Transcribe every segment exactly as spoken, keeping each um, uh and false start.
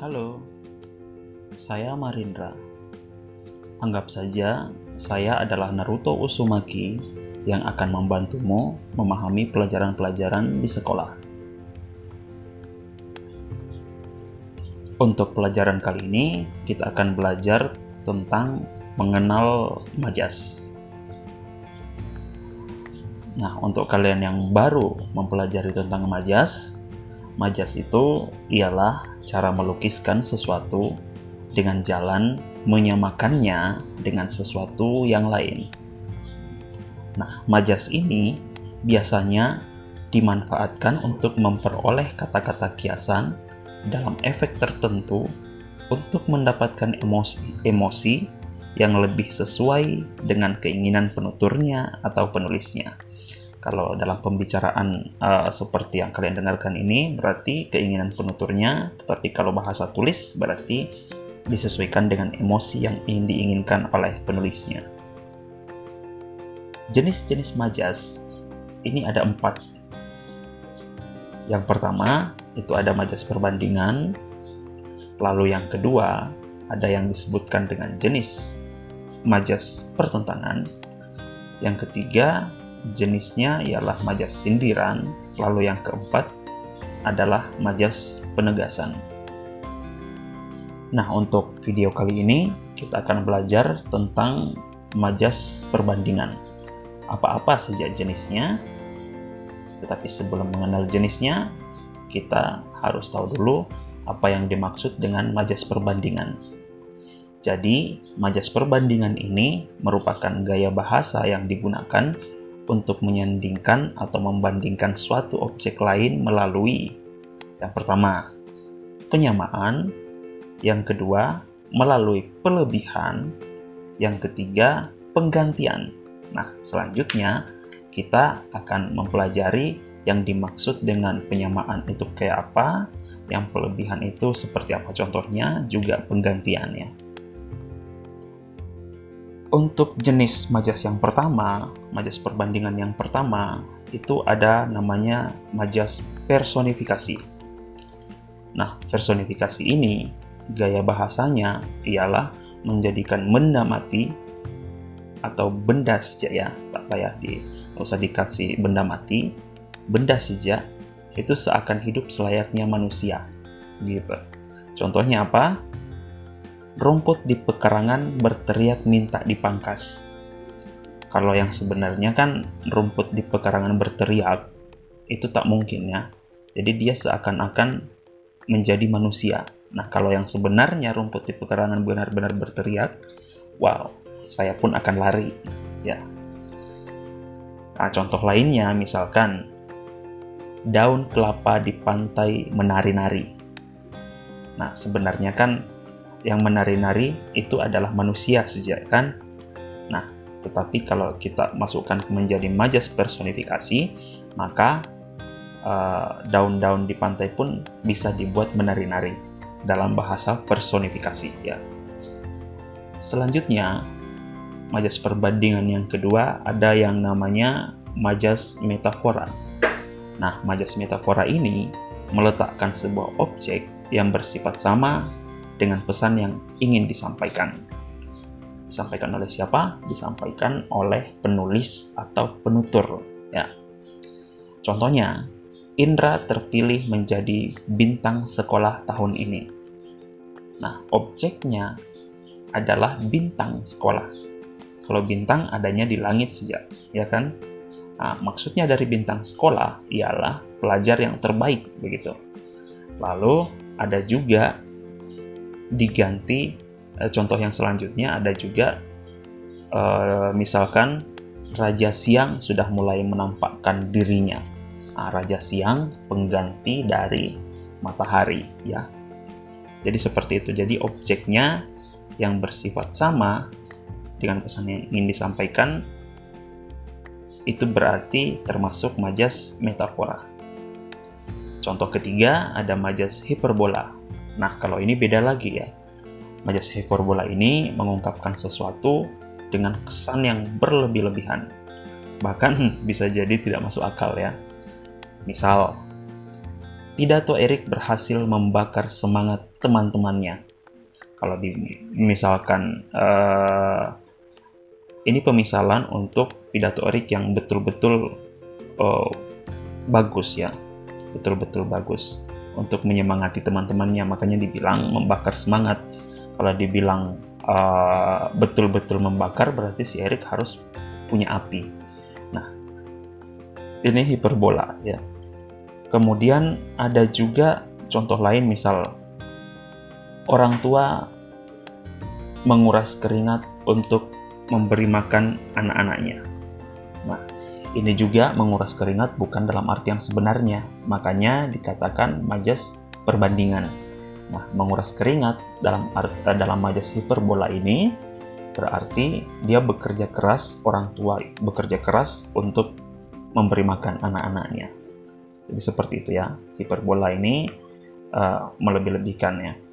Halo, saya Marindra. Anggap saja saya adalah Naruto Uzumaki yang akan membantumu memahami pelajaran-pelajaran di sekolah. Untuk pelajaran kali ini, kita akan belajar tentang mengenal majas. Nah, untuk kalian yang baru mempelajari tentang majas, majas itu ialah cara melukiskan sesuatu dengan jalan menyamakannya dengan sesuatu yang lain. Nah, majas ini biasanya dimanfaatkan untuk memperoleh kata-kata kiasan dalam efek tertentu untuk mendapatkan emosi-emosi yang lebih sesuai dengan keinginan penuturnya atau penulisnya. Kalau dalam pembicaraan uh, seperti yang kalian dengarkan ini berarti keinginan penuturnya, tetapi kalau bahasa tulis berarti disesuaikan dengan emosi yang ingin diinginkan oleh penulisnya. Jenis-jenis majas ini ada empat. Yang pertama itu ada majas perbandingan, lalu yang kedua ada yang disebutkan dengan jenis majas pertentangan, yang ketiga jenisnya ialah majas sindiran, lalu yang keempat adalah majas penegasan. Nah, untuk video kali ini kita akan belajar tentang majas perbandingan. Apa-apa saja jenisnya, tetapi sebelum mengenal jenisnya, kita harus tahu dulu apa yang dimaksud dengan majas perbandingan. Jadi, majas perbandingan ini merupakan gaya bahasa yang digunakan untuk menyandingkan atau membandingkan suatu objek lain melalui yang pertama, penyamaan, yang kedua, melalui pelebihan, yang ketiga, penggantian. Nah, selanjutnya kita akan mempelajari yang dimaksud dengan penyamaan itu kayak apa, yang pelebihan itu seperti apa contohnya, juga penggantiannya. Untuk jenis majas yang pertama, majas perbandingan yang pertama, itu ada namanya majas personifikasi. Nah, personifikasi ini, gaya bahasanya ialah menjadikan benda mati atau benda saja ya, tak payah di, tak usah dikasih benda mati, benda saja itu seakan hidup selayaknya manusia, gitu. Contohnya apa? Rumput di pekarangan berteriak minta dipangkas. Kalau yang sebenarnya kan rumput di pekarangan berteriak itu tak mungkin ya. Jadi dia seakan-akan menjadi manusia. Nah, kalau yang sebenarnya rumput di pekarangan benar-benar berteriak, wow, saya pun akan lari ya. Nah, contoh lainnya misalkan daun kelapa di pantai menari-nari. Nah, sebenarnya kan yang menari-nari itu adalah manusia saja kan. Nah, tetapi kalau kita masukkan menjadi majas personifikasi, maka uh, daun-daun di pantai pun bisa dibuat menari-nari dalam bahasa personifikasi ya. Selanjutnya, majas perbandingan yang kedua ada yang namanya majas metafora. Nah, majas metafora ini meletakkan sebuah objek yang bersifat sama dengan pesan yang ingin disampaikan. Disampaikan oleh siapa? Disampaikan oleh penulis atau penutur ya. Contohnya, Indra terpilih menjadi bintang sekolah tahun ini. Nah, objeknya adalah bintang sekolah. Kalau bintang adanya di langit saja, ya kan? Nah, maksudnya dari bintang sekolah ialah pelajar yang terbaik begitu. Lalu ada juga diganti eh, contoh yang selanjutnya ada juga eh, misalkan Raja Siang sudah mulai menampakkan dirinya. Nah, Raja Siang pengganti dari matahari ya. Jadi seperti itu. Jadi objeknya yang bersifat sama dengan pesan yang ingin disampaikan itu berarti termasuk majas metafora. Contoh ketiga ada majas hiperbola. Nah, kalau ini beda lagi ya. Majas hiperbola ini mengungkapkan sesuatu dengan kesan yang berlebih-lebihan. Bahkan bisa jadi tidak masuk akal ya. Misal, pidato Erik berhasil membakar semangat teman-temannya. Kalau di, misalkan uh, ini pemisalan untuk pidato Erik yang betul-betul uh, bagus ya, betul-betul bagus untuk menyemangati teman-temannya, makanya dibilang membakar semangat. Kalau dibilang uh, betul-betul membakar, berarti si Erik harus punya api. Nah, ini hiperbola ya. Kemudian ada juga contoh lain, misal orang tua menguras keringat untuk memberi makan anak-anaknya. Nah, ini juga menguras keringat bukan dalam arti yang sebenarnya, makanya dikatakan majas perbandingan. Nah, menguras keringat dalam dalam majas hiperbola ini berarti dia bekerja keras, orang tua bekerja keras untuk memberi makan anak-anaknya. Jadi seperti itu ya, hiperbola ini uh, melebih-lebihkannya.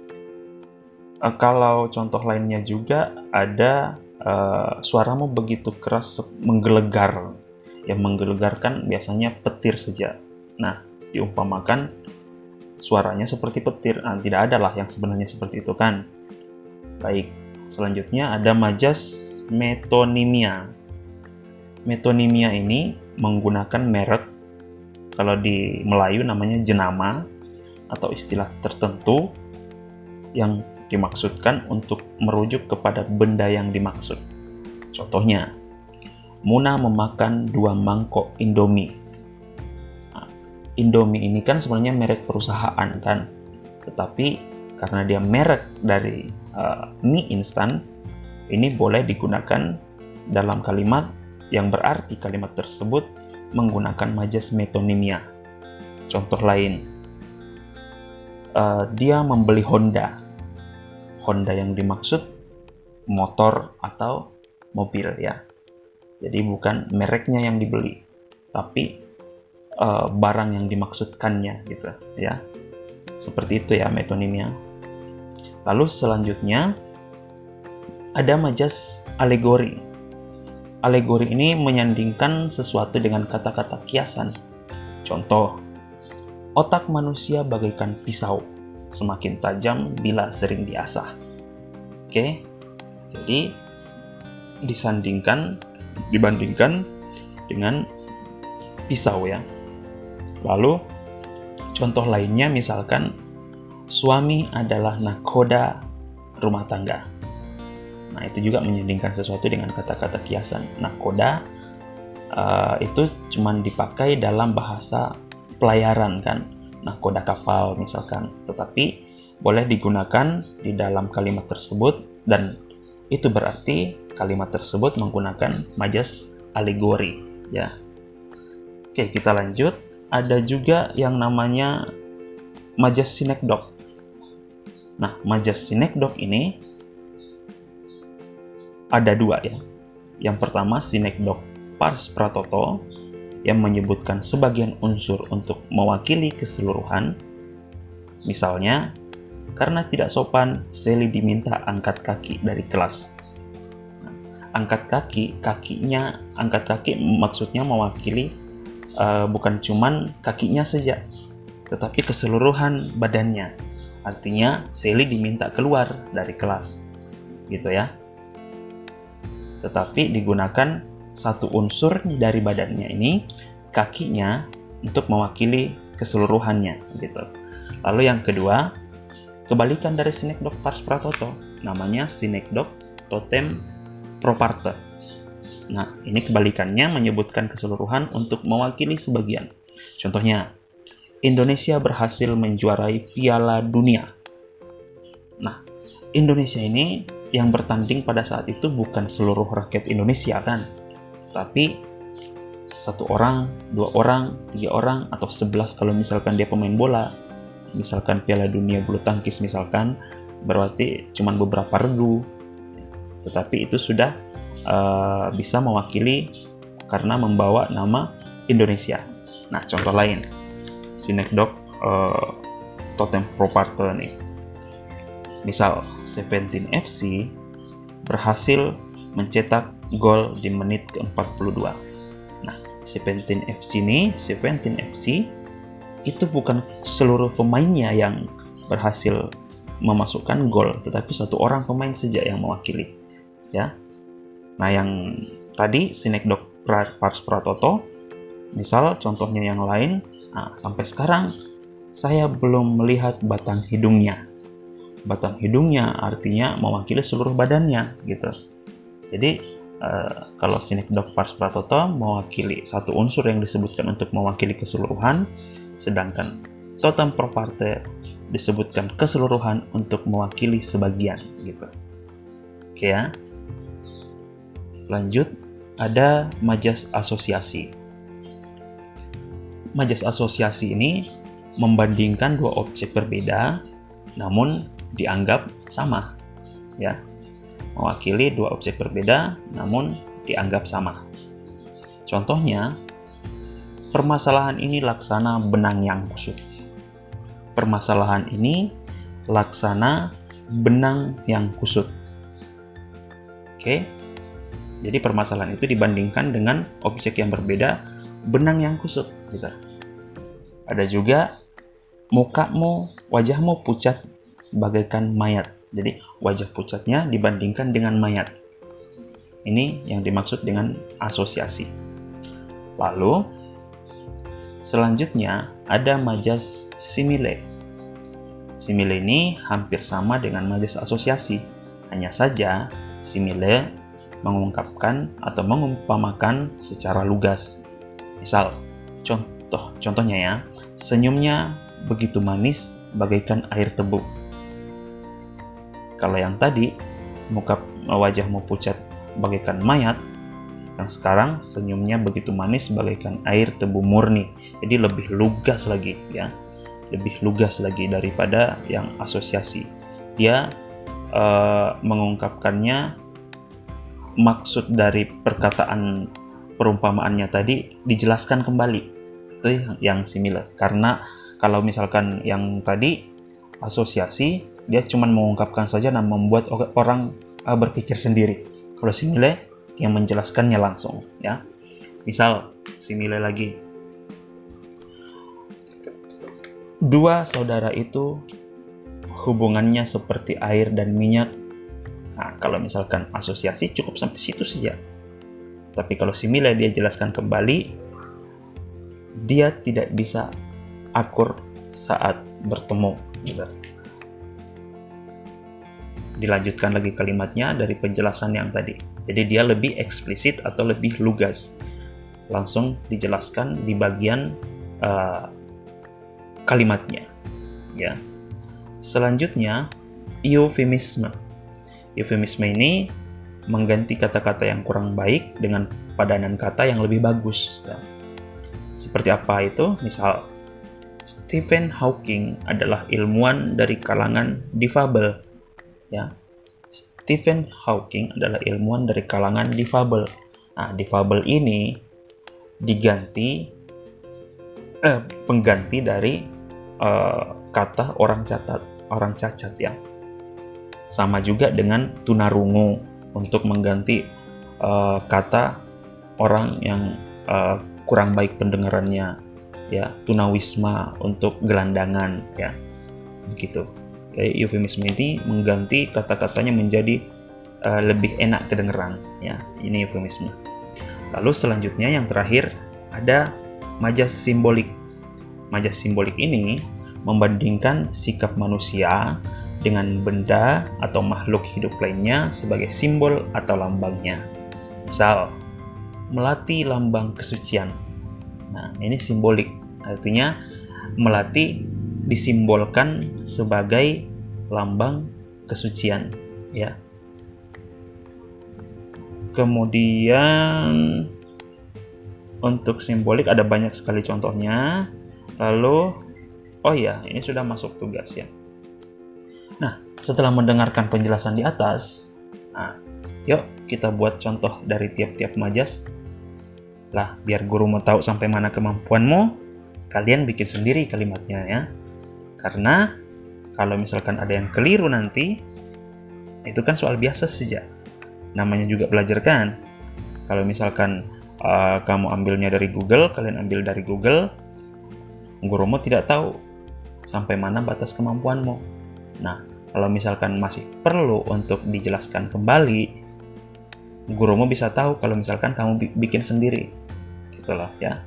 Uh, kalau contoh lainnya juga ada uh, suaramu begitu keras menggelegar. Yang menggelegarkan biasanya petir saja. Nah, diumpamakan suaranya seperti petir. Nah, tidak ada lah yang sebenarnya seperti itu kan. Baik, selanjutnya ada majas metonimia. Metonimia ini menggunakan merek, kalau di Melayu namanya jenama atau istilah tertentu yang dimaksudkan untuk merujuk kepada benda yang dimaksud. Contohnya, Muna memakan dua mangkok Indomie. Nah, Indomie ini kan sebenarnya merek perusahaan kan, tetapi karena dia merek dari uh, mie instan, ini boleh digunakan dalam kalimat yang berarti kalimat tersebut menggunakan majas metonimia. Contoh lain, uh, dia membeli Honda. Honda yang dimaksud motor atau mobil ya. Jadi bukan mereknya yang dibeli, tapi uh, barang yang dimaksudkannya gitu ya. Seperti itu ya metonimia. Lalu selanjutnya ada majas alegori. Alegori ini menyandingkan sesuatu dengan kata-kata kiasan. Contoh, otak manusia bagaikan pisau, semakin tajam bila sering diasah. Oke, jadi disandingkan, dibandingkan dengan pisau ya. Lalu contoh lainnya misalkan suami adalah nakoda rumah tangga. Nah, itu juga menyandingkan sesuatu dengan kata-kata kiasan. Nakoda uh, itu cuman dipakai dalam bahasa pelayaran kan, nakoda kapal misalkan, tetapi boleh digunakan di dalam kalimat tersebut, dan itu berarti kalimat tersebut menggunakan majas alegori ya. Oke, kita lanjut. Ada juga yang namanya majas sinekdok. Nah, majas sinekdok ini ada dua ya. Yang pertama sinekdok pars pratoto yang menyebutkan sebagian unsur untuk mewakili keseluruhan. Misalnya, karena tidak sopan, Sally diminta angkat kaki dari kelas. Nah, angkat kaki, kakinya, angkat kaki maksudnya mewakili uh, bukan cuman kakinya saja, tetapi keseluruhan badannya. Artinya Sally diminta keluar dari kelas, gitu ya. Tetapi digunakan satu unsur dari badannya ini, kakinya, untuk mewakili keseluruhannya, gitu. Lalu yang kedua, kebalikan dari sinekdok pars pratoto, namanya sinekdok totem proparte. Nah, ini kebalikannya menyebutkan keseluruhan untuk mewakili sebagian. Contohnya, Indonesia berhasil menjuarai Piala Dunia. Nah, Indonesia ini yang bertanding pada saat itu bukan seluruh rakyat Indonesia kan, tapi satu orang, dua orang, tiga orang, atau sebelas kalau misalkan dia pemain bola. Misalkan Piala Dunia bulu tangkis misalkan, berarti cuma beberapa regu, tetapi itu sudah uh, bisa mewakili karena membawa nama Indonesia. Nah, contoh lain, sinekdok uh, totem proparte nih. Misal, Seventeen F C berhasil mencetak gol di menit ke empat puluh dua. Nah, Seventeen F C ini, Seventeen F C itu bukan seluruh pemainnya yang berhasil memasukkan gol, tetapi satu orang pemain saja yang mewakili, ya. Nah, yang tadi Synecdoche Pars Pratoto, misal contohnya yang lain, nah, sampai sekarang saya belum melihat batang hidungnya. Batang hidungnya artinya mewakili seluruh badannya, gitu. Jadi eh, kalau Synecdoche Pars Pratoto mewakili satu unsur yang disebutkan untuk mewakili keseluruhan, sedangkan totem pro parte disebutkan keseluruhan untuk mewakili sebagian, gitu. Oke ya. Lanjut, ada majas asosiasi. Majas asosiasi ini membandingkan dua objek berbeda namun dianggap sama, ya. Mewakili dua objek berbeda namun dianggap sama. Contohnya, permasalahan ini laksana benang yang kusut. Permasalahan ini laksana benang yang kusut. Oke. Jadi permasalahan itu dibandingkan dengan objek yang berbeda, benang yang kusut, gitu. Ada juga mukamu, wajahmu pucat bagaikan mayat. Jadi wajah pucatnya dibandingkan dengan mayat. Ini yang dimaksud dengan asosiasi. Lalu selanjutnya ada majas simile. Simile ini hampir sama dengan majas asosiasi. Hanya saja simile mengungkapkan atau mengumpamakan secara lugas. Misal, contoh contohnya ya, senyumnya begitu manis bagaikan air tebu. Kalau yang tadi, muka wajahmu pucat bagaikan mayat, yang sekarang senyumnya begitu manis bagaikan air tebu murni. Jadi lebih lugas lagi, ya, lebih lugas lagi daripada yang asosiasi. Dia uh, mengungkapkannya, maksud dari perkataan perumpamaannya tadi dijelaskan kembali. Itu yang similar. Karena kalau misalkan yang tadi asosiasi, dia cuma mengungkapkan saja dan membuat orang uh, berpikir sendiri. Kalau simile yang menjelaskannya langsung, ya. Misal simile lagi. Dua saudara itu hubungannya seperti air dan minyak. Nah, kalau misalkan asosiasi cukup sampai situ saja. Tapi kalau simile dia jelaskan kembali, dia tidak bisa akur saat bertemu, gitu. Dilanjutkan lagi kalimatnya dari penjelasan yang tadi. Jadi dia lebih eksplisit atau lebih lugas. Langsung dijelaskan di bagian uh, kalimatnya, ya. Selanjutnya, eufemisme. Eufemisme ini mengganti kata-kata yang kurang baik dengan padanan kata yang lebih bagus, ya. Seperti apa itu? Misal, Stephen Hawking adalah ilmuwan dari kalangan difabel. Ya, Stephen Hawking adalah ilmuwan dari kalangan difabel. Nah, difabel ini diganti eh, pengganti dari eh, kata orang catat, orang cacat, ya. Sama juga dengan tunarungu untuk mengganti eh, kata orang yang eh, kurang baik pendengarannya, ya. Tunawisma untuk gelandangan, ya. Begitu. Eufemisme ini mengganti kata-katanya menjadi uh, lebih enak kedengeran, ya. Ini eufemisme. Lalu selanjutnya yang terakhir ada majas simbolik. Majas simbolik ini membandingkan sikap manusia dengan benda atau makhluk hidup lainnya sebagai simbol atau lambangnya. Misal, melati lambang kesucian. Nah, ini simbolik. Artinya melati disimbolkan sebagai lambang kesucian, ya. Kemudian untuk simbolik ada banyak sekali contohnya. Lalu, oh ya, ini sudah masuk tugas, ya. Nah, setelah mendengarkan penjelasan di atas, nah, yuk kita buat contoh dari tiap-tiap majas. Lah, biar guru mau tahu sampai mana kemampuanmu, kalian bikin sendiri kalimatnya, ya. Karena kalau misalkan ada yang keliru nanti, itu kan soal biasa saja. Namanya juga belajar kan. Kalau misalkan uh, kamu ambilnya dari Google, kalian ambil dari Google, gurumu tidak tahu sampai mana batas kemampuanmu. Nah, kalau misalkan masih perlu untuk dijelaskan kembali, gurumu bisa tahu kalau misalkan kamu bikin sendiri, gitulah ya.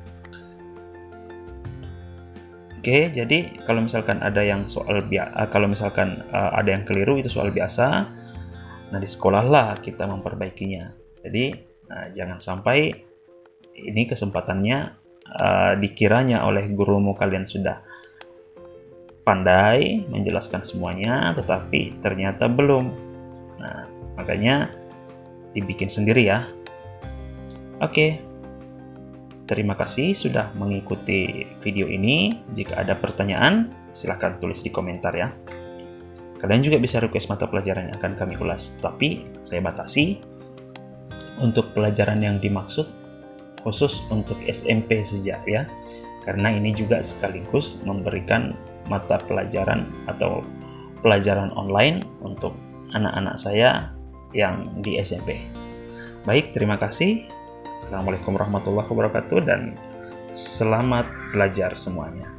Oke, jadi kalau misalkan ada yang soal biasa, kalau misalkan uh, ada yang keliru, itu soal biasa. Nah, di sekolah lah kita memperbaikinya. Jadi nah, jangan sampai ini kesempatannya uh, dikiranya oleh gurumu kalian sudah pandai menjelaskan semuanya, tetapi ternyata belum. Nah, makanya dibikin sendiri ya. Oke. Terima kasih sudah mengikuti video ini. Jika ada pertanyaan, silahkan tulis di komentar ya. Kalian juga bisa request mata pelajaran yang akan kami ulas, tapi saya batasi untuk pelajaran yang dimaksud khusus untuk S M P saja ya. Karena ini juga sekaligus memberikan mata pelajaran atau pelajaran online untuk anak-anak saya yang di S M P. Baik, terima kasih. Assalamualaikum warahmatullahi wabarakatuh dan selamat belajar semuanya.